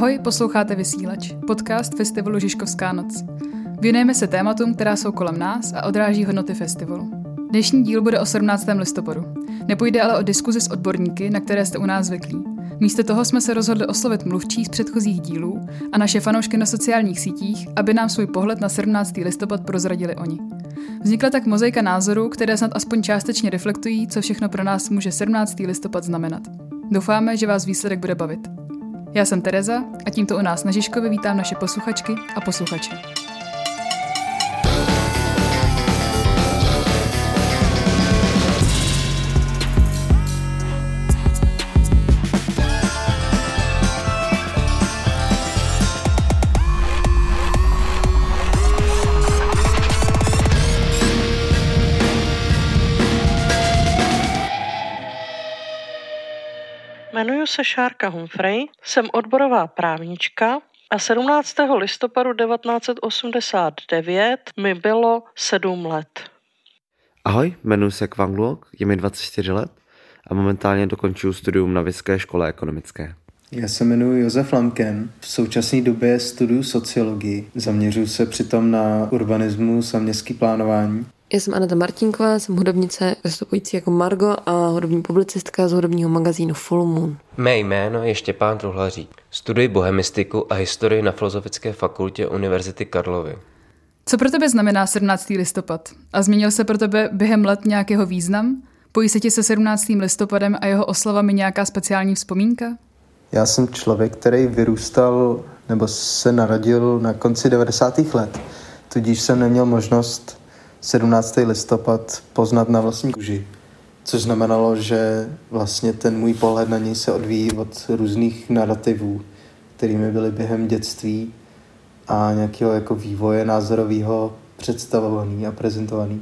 Ahoj, posloucháte Vysílač, podcast festivalu Žižkovská noc. Věnujeme se tématům, která jsou kolem nás a odráží hodnoty festivalu. Dnešní díl bude o 17. listopadu. Nepůjde ale o diskuzi s odborníky, na které jste u nás zvyklí. Místo toho jsme se rozhodli oslovit mluvčí z předchozích dílů a naše fanoušky na sociálních sítích, aby nám svůj pohled na 17. listopad prozradili oni. Vznikla tak mozaika názorů, které snad aspoň částečně reflektují, co všechno pro nás může 17. listopad znamenat. Doufáme, že vás výsledek bude bavit. Já jsem Tereza a tímto u nás na Žižkově vítám naše posluchačky a posluchače. Jmenuji se Šárka Humphrey, jsem odborová právnička a 17. listopadu 1989 mi bylo 7 let. Ahoj, jmenuji se Quang Luok, je mi 24 let a momentálně dokončuji studium na Vysoké škole ekonomické. Já se jmenuji Josef Lamken, v současné době studuju sociologii, zaměřuji se přitom na urbanismus a městské plánování. Já jsem Aneta Martinková, jsem hudebnice vystupující jako Margo a hudební publicistka z hudebního magazínu Full Moon. Mé jméno je Štěpán Truhlařík. Studuji bohemistiku a historii na Filozofické fakultě Univerzity Karlovy. Co pro tebe znamená 17. listopad? A změnil se pro tebe během let nějakého význam? Pojí se ti se 17. listopadem a jeho oslavami nějaká speciální vzpomínka? Já jsem člověk, který vyrůstal nebo se narodil na konci 90. let, tudíž jsem neměl možnost 17. listopad poznat na vlastní kůži. Což znamenalo, že vlastně ten můj pohled na něj se odvíjí od různých narrativů, kterými byly během dětství a nějakého jako vývoje názorového představovaný a prezentovaný.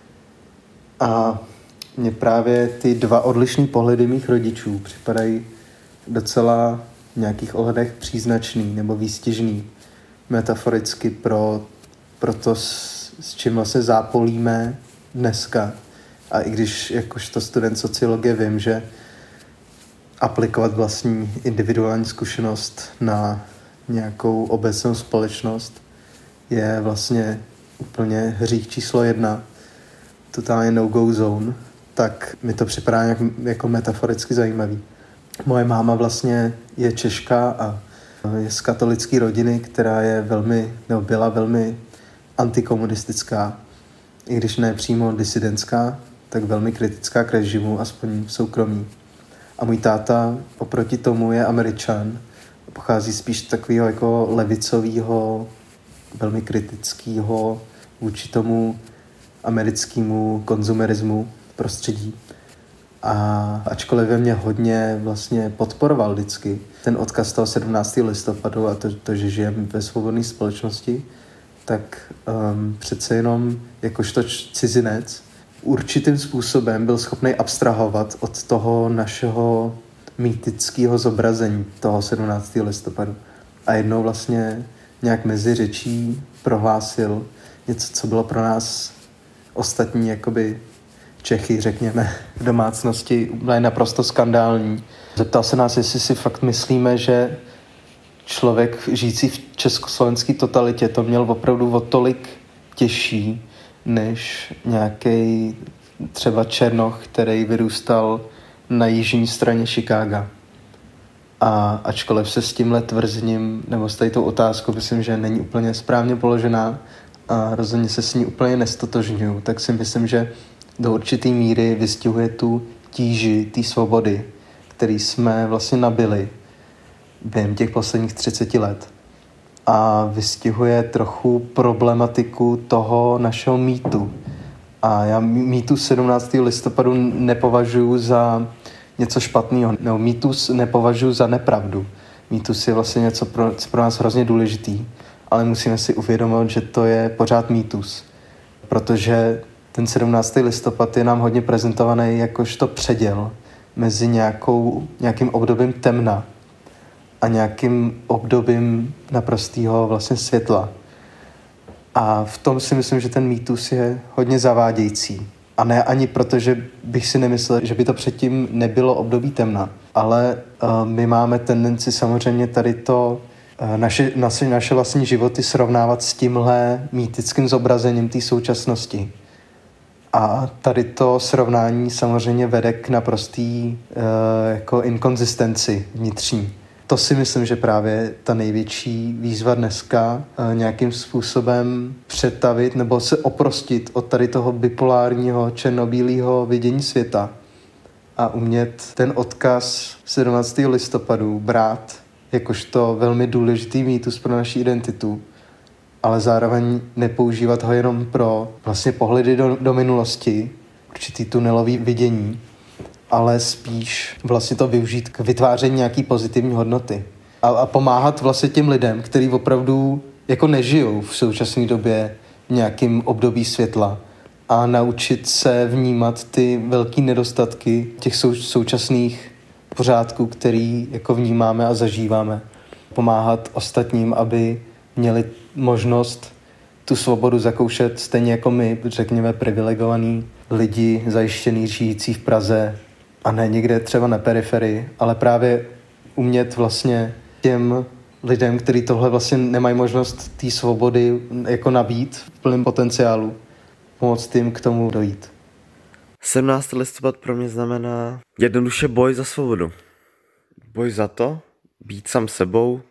A mně právě ty dva odlišný pohledy mých rodičů připadají docela v nějakých ohledech příznačný nebo výstižný metaforicky pro to, s čím vlastně zápolíme dneska. A i když jakožto student sociologie vím, že aplikovat vlastní individuální zkušenost na nějakou obecnou společnost je vlastně úplně hřích číslo 1, totálně no-go zone, tak mi to připadá jako metaforicky zajímavý. Moje máma vlastně je Češka a je z katolické rodiny, která je byla velmi antikomunistická, i když ne přímo disidentská, tak velmi kritická k režimu, aspoň v soukromí. A můj táta oproti tomu je Američan, pochází spíš takového jako levicového, velmi kritického vůči tomu americkému konzumerismu prostředí. A ačkoliv ve mě hodně vlastně podporoval vždycky ten odkaz toho 17. listopadu a to že žijeme ve svobodné společnosti, tak přece jenom jakožto cizinec určitým způsobem byl schopný abstrahovat od toho našeho mýtického zobrazení toho 17. listopadu. A jednou vlastně nějak mezi řečí prohlásil něco, co bylo pro nás ostatní jakoby Čechy, řekněme, v domácnosti naprosto skandální. Zeptal se nás, jestli si fakt myslíme, že člověk žijící v československé totalitě to měl opravdu o tolik těžší, než nějaký třeba Černoch, který vyrůstal na jižní straně Chicaga. A ačkoliv se s tímhle tvrzením nebo s tou otázkou myslím, že není úplně správně položená a rozhodně se s ní úplně nestotožňuju, tak si myslím, že do určité míry vystihuje tu tíži té svobody, který jsme vlastně nabili během těch posledních 30 let. A vystihuje trochu problematiku toho našeho mýtu. A já mýtus 17. listopadu nepovažuji za něco špatného. No, mýtus nepovažuji za nepravdu. Mýtus je vlastně něco pro nás hrozně důležitý, ale musíme si uvědomit, že to je pořád mýtus. Protože ten 17. listopad je nám hodně prezentovaný jakožto předěl mezi nějakým obdobím temna a nějakým obdobím naprostého vlastně světla. A v tom si myslím, že ten mýtus je hodně zavádějící. A ne ani proto, že bych si nemyslel, že by to předtím nebylo období temna. Ale my máme tendenci samozřejmě tady to naše vlastní životy srovnávat s tímhle mýtickým zobrazením té současnosti. A tady to srovnání samozřejmě vede k naprostý jako inkonzistenci vnitřní. To si myslím, že právě ta největší výzva dneska nějakým způsobem přetavit nebo se oprostit od tady toho bipolárního černobílého vidění světa a umět ten odkaz 17. listopadu brát jakožto velmi důležitý mýtus pro naši identitu, ale zároveň nepoužívat ho jenom pro vlastně pohledy do minulosti, určitý tunelový vidění, ale spíš vlastně to využít k vytváření nějaký pozitivní hodnoty. A pomáhat vlastně těm lidem, kteří opravdu jako nežijou v současné době v nějakým období světla a naučit se vnímat ty velké nedostatky těch současných pořádků, který jako vnímáme a zažíváme. Pomáhat ostatním, aby měli možnost tu svobodu zakoušet stejně jako my, řekněme privilegovaní lidi, zajištěný, žijící v Praze a ne někde třeba na periferii, ale právě umět vlastně těm lidem, kteří tohle vlastně nemají možnost té svobody jako nabít v plném potenciálu, pomoct jim k tomu dojít. 17. listopad pro mě znamená jednoduše boj za svobodu. Boj za to, být sám sebou,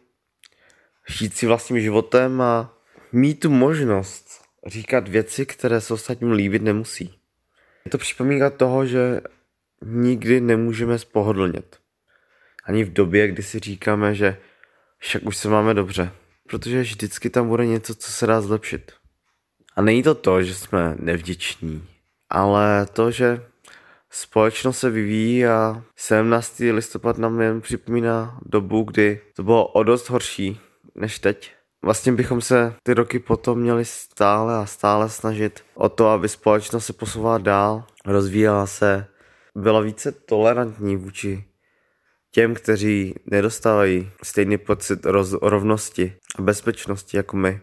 žít si vlastním životem a mít tu možnost říkat věci, které se ostatním líbit nemusí. Je to připomínka toho, že nikdy nemůžeme spohodlnět. Ani v době, kdy si říkáme, že však už se máme dobře. Protože vždycky tam bude něco, co se dá zlepšit. A není to, že jsme nevděční, ale to, že společnost se vyvíjí a 17. listopad nám jen připomíná dobu, kdy to bylo o dost horší než teď. Vlastně bychom se ty roky potom měli stále snažit o to, aby společnost se posouvala dál, rozvíjela se, byla více tolerantní vůči těm, kteří nedostávají stejný pocit rovnosti a bezpečnosti jako my.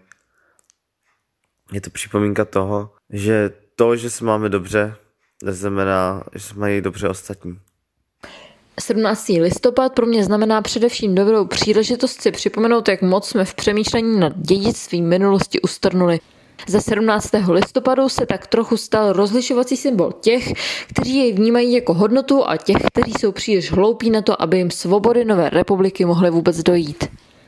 Je to připomínka toho, že se máme dobře, neznamená, že se mají dobře ostatní. 17. listopad pro mě znamená především dobrou příležitost si připomenout, jak moc jsme v přemýšlení nad dědictvím minulosti ustrnuli. Za 17. listopadu se tak trochu stal rozlišovací symbol těch, kteří jej vnímají jako hodnotu a těch, kteří jsou příliš hloupí na to, aby jim svobody nové republiky mohly vůbec dojít.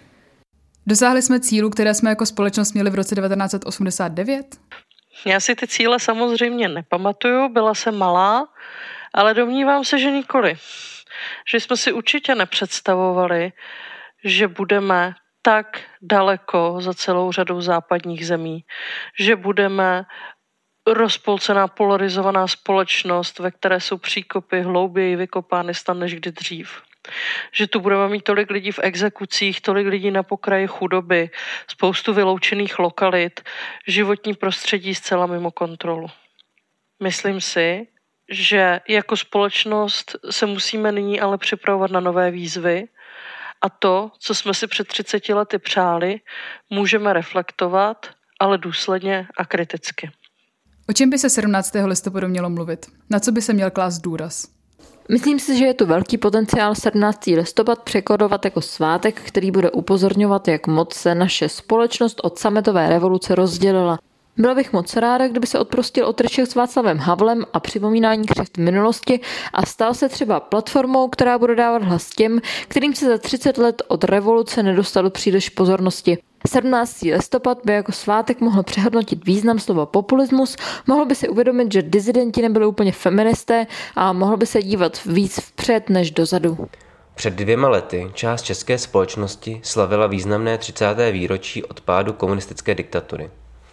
Dosáhli jsme cílů, které jsme jako společnost měli v roce 1989? Já si ty cíle samozřejmě nepamatuju, byla jsem malá, ale domnívám se, že nikoli. Že jsme si určitě nepředstavovali, že budeme tak daleko za celou řadou západních zemí, že budeme rozpolcená, polarizovaná společnost, ve které jsou příkopy hlouběji vykopány stan než kdy dřív. Že tu budeme mít tolik lidí v exekucích, tolik lidí na pokraji chudoby, spoustu vyloučených lokalit, životní prostředí zcela mimo kontrolu. Myslím si, že jako společnost se musíme nyní ale připravovat na nové výzvy a to, co jsme si před 30 lety přáli, můžeme reflektovat, ale důsledně a kriticky. O čem by se 17. listopadu mělo mluvit? Na co by se měl klást důraz? Myslím si, že je tu velký potenciál 17. listopad překodovat jako svátek, který bude upozorňovat, jak moc se naše společnost od sametové revoluce rozdělila. Byla bych moc ráda, kdyby se odprostil otrček s Václavem Havlem a připomínání křivd minulosti a stal se třeba platformou, která bude dávat hlas těm, kterým se za 30 let od revoluce nedostalo příliš pozornosti. 17. listopad by jako svátek mohl přehodnotit význam slova populismus, mohl by si uvědomit, že dizidenti nebyli úplně feministé a mohl by se dívat víc vpřed než dozadu. Před 2 lety část české společnosti slavila významné 30. výročí od pádu komunistické diktatury.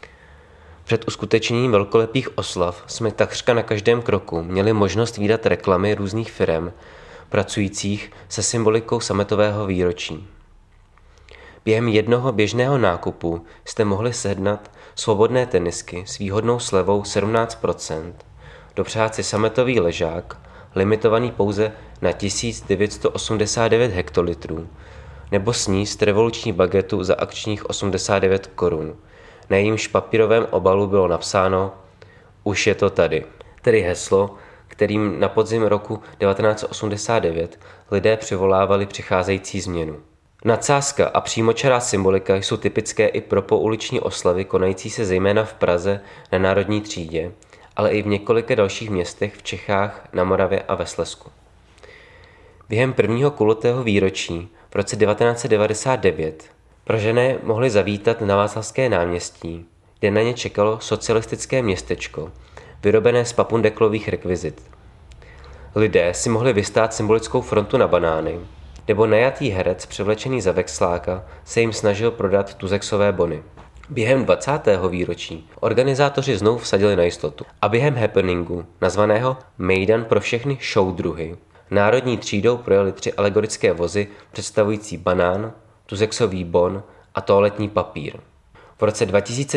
Před uskutečněním velkolepých oslav jsme takřka na každém kroku měli možnost vídat reklamy různých firem pracujících se symbolikou sametového výročí. Během jednoho běžného nákupu jste mohli sehnat svobodné tenisky s výhodnou slevou 17%, dopřát si sametový ležák, limitovaný pouze na 1989 hektolitrů, nebo sníst revoluční bagetu za akčních 89 korun. Na jejímž papírovém obalu bylo napsáno "Už je to tady", tedy heslo, kterým na podzim roku 1989 lidé přivolávali přicházející změnu. Nadsázka a přímočará symbolika jsou typické i pro pouliční oslavy konající se zejména v Praze na Národní třídě, ale i v několika dalších městech v Čechách, na Moravě a ve Slezsku. Během prvního kulatého výročí v roce 1999 Pražané mohli zavítat na Václavské náměstí, kde na ně čekalo socialistické městečko, vyrobené z papundeklových rekvizit. Lidé si mohli vystát symbolickou frontu na banány, nebo najatý herec převlečený za veksláka se jim snažil prodat tuzexové bony. Během 20. výročí organizátoři znovu vsadili na jistotu a během happeningu, nazvaného Mejdan pro všechny showdruhy, Národní třídou projeli 3 alegorické vozy představující banán, tuzexový bon a toaletní papír. V roce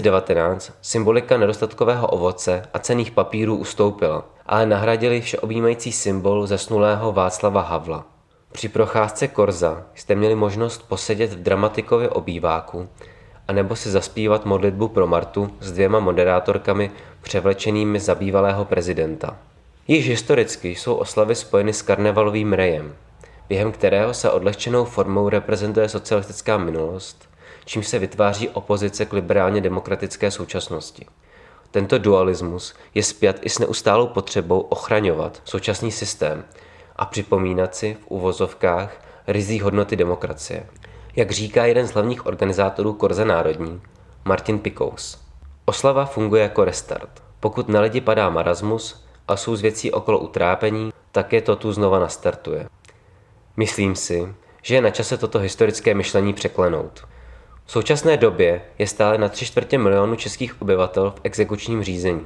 2019 symbolika nedostatkového ovoce a cenných papírů ustoupila, ale nahradili všeobjímající symbol zesnulého Václava Havla. Při procházce Korza jste měli možnost posedět v dramatikově obýváku a nebo si zaspívat modlitbu pro Martu s 2 moderátorkami převlečenými za bývalého prezidenta. Již historicky jsou oslavy spojeny s karnevalovým rejem, během kterého se odlehčenou formou reprezentuje socialistická minulost, čímž se vytváří opozice k liberálně demokratické současnosti. Tento dualismus je spjat i s neustálou potřebou ochraňovat současný systém a připomínat si v uvozovkách ryzí hodnoty demokracie. Jak říká jeden z hlavních organizátorů Korza národní, Martin Pikous. Oslava funguje jako restart. Pokud na lidi padá marasmus a jsou z věcí okolo utrápení, tak je to tu znova nastartuje. Myslím si, že je na čase toto historické myšlení překlenout. V současné době je stále na 3/4 milionu českých obyvatel v exekučním řízení.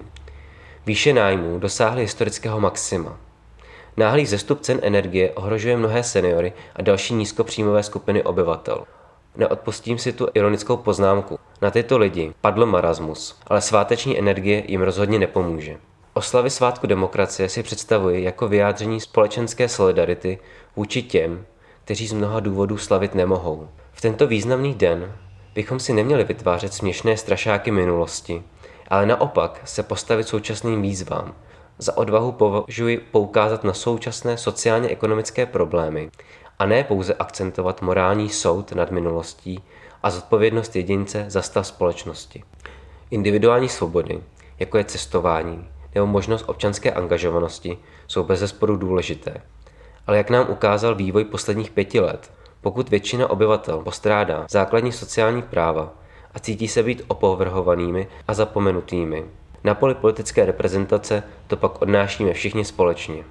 Výše nájmů dosáhly historického maxima. Náhlý vzestup cen energie ohrožuje mnohé seniory a další nízkopříjmové skupiny obyvatel. Neodpustím si tu ironickou poznámku. Na tyto lidi padl marasmus, ale sváteční energie jim rozhodně nepomůže. Oslavy svátku demokracie si představuji jako vyjádření společenské solidarity vůči těm, kteří z mnoha důvodů slavit nemohou. V tento významný den bychom si neměli vytvářet směšné strašáky minulosti, ale naopak se postavit současným výzvám. Za odvahu považuji poukázat na současné sociálně-ekonomické problémy a ne pouze akcentovat morální soud nad minulostí a zodpovědnost jedince za stav společnosti. Individuální svobody, jako je cestování nebo možnost občanské angažovanosti, jsou bezesporu důležité. Ale jak nám ukázal vývoj posledních 5 let, pokud většina obyvatel postrádá základní sociální práva a cítí se být opovrhovanými a zapomenutými, na poli politické reprezentace to pak odnášíme všichni společně.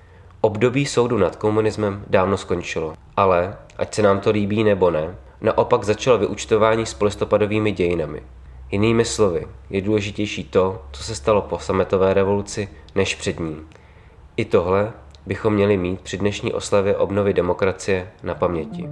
Období soudu nad komunismem dávno skončilo, ale, ať se nám to líbí nebo ne, naopak začalo vyúčtování s polistopadovými dějinami. Jinými slovy, je důležitější to, co se stalo po sametové revoluci, než před ní. I tohle bychom měli mít při dnešní oslavě obnovy demokracie na paměti.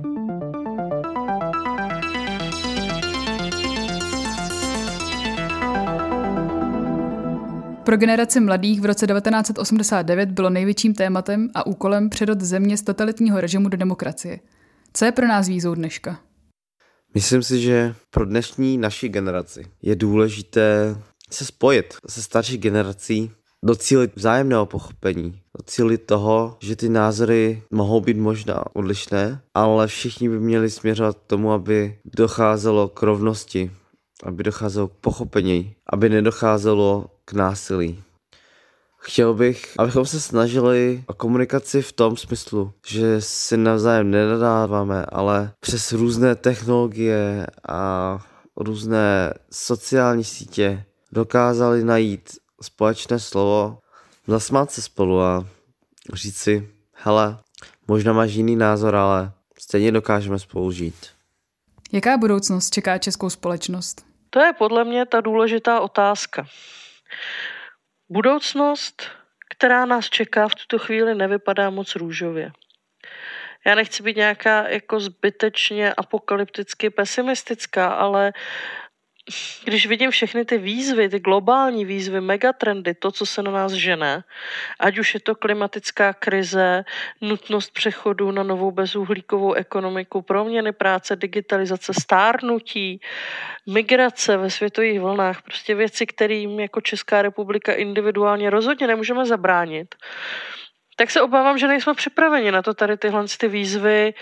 Pro generaci mladých v roce 1989 bylo největším tématem a úkolem předat země z totalitního režimu do demokracie. Co je pro nás výzvou dneška? Myslím si, že pro dnešní naší generaci je důležité se spojit se starší generací, docílit vzájemného pochopení, docílit toho, že ty názory mohou být možná odlišné, ale všichni by měli směřovat k tomu, aby docházelo k rovnosti, aby docházelo k pochopení, aby nedocházelo k násilí. Chtěl bych, abychom se snažili o komunikaci v tom smyslu, že si navzájem nenadáváme, ale přes různé technologie a různé sociální sítě dokázali najít společné slovo, zasmát se spolu a říct si, hele, možná máš jiný názor, ale stejně dokážeme spolu žít. Jaká budoucnost čeká českou společnost? To je podle mě ta důležitá otázka. Budoucnost, která nás čeká, v tuto chvíli nevypadá moc růžově. Já nechci být nějaká jako zbytečně apokalypticky pesimistická, ale když vidím všechny ty výzvy, ty globální výzvy, megatrendy, to, co se na nás žene, ať už je to klimatická krize, nutnost přechodu na novou bezuhlíkovou ekonomiku, proměny práce, digitalizace, stárnutí, migrace ve světových vlnách, prostě věci, kterým jako Česká republika individuálně rozhodně nemůžeme zabránit, tak se obávám, že nejsme připraveni na to tady tyhle ty výzvy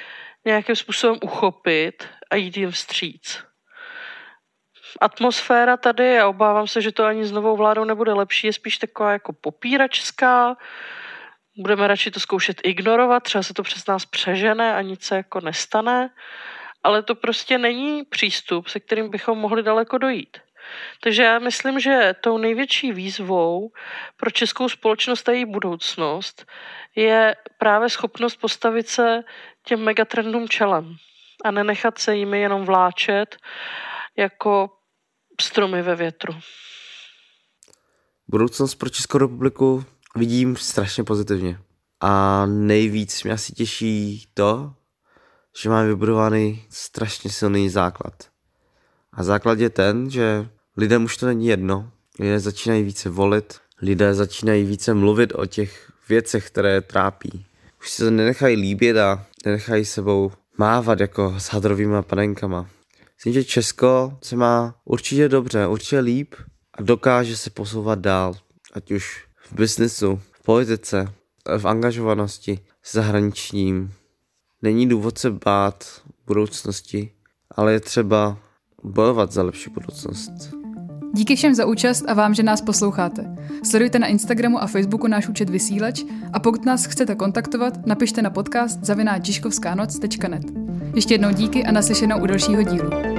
nějakým způsobem uchopit a jít jim vstříc. Atmosféra tady, a obávám se, že to ani s novou vládou nebude lepší, je spíš taková jako popíračská. Budeme radši to zkoušet ignorovat, třeba se to přes nás přežene a nic se jako nestane, ale to prostě není přístup, se kterým bychom mohli daleko dojít. Takže já myslím, že tou největší výzvou pro českou společnost a její budoucnost je právě schopnost postavit se těm megatrendům čelem a nenechat se jimi jenom vláčet jako stromy ve větru. Budoucnost pro Českou republiku vidím strašně pozitivně. A nejvíc mě asi těší to, že máme vybudovaný strašně silný základ. A základ je ten, že lidem už to není jedno. Lidé začínají více volit, lidé začínají více mluvit o těch věcech, které je trápí. Už se to nenechají líbit a nenechají sebou mávat jako s hadrovýma panenkama. Myslím, že Česko se má určitě dobře, určitě líp a dokáže se posouvat dál. Ať už v biznesu, v politice, v angažovanosti s zahraničním. Není důvod se bát budoucnosti, ale je třeba bojovat za lepší budoucnost. Díky všem za účast a vám, že nás posloucháte. Sledujte na Instagramu a Facebooku náš účet Vysílač a pokud nás chcete kontaktovat, napište na podcast @žižkovskanoc.net. Ještě jednou díky a naslyšenou u dalšího dílu.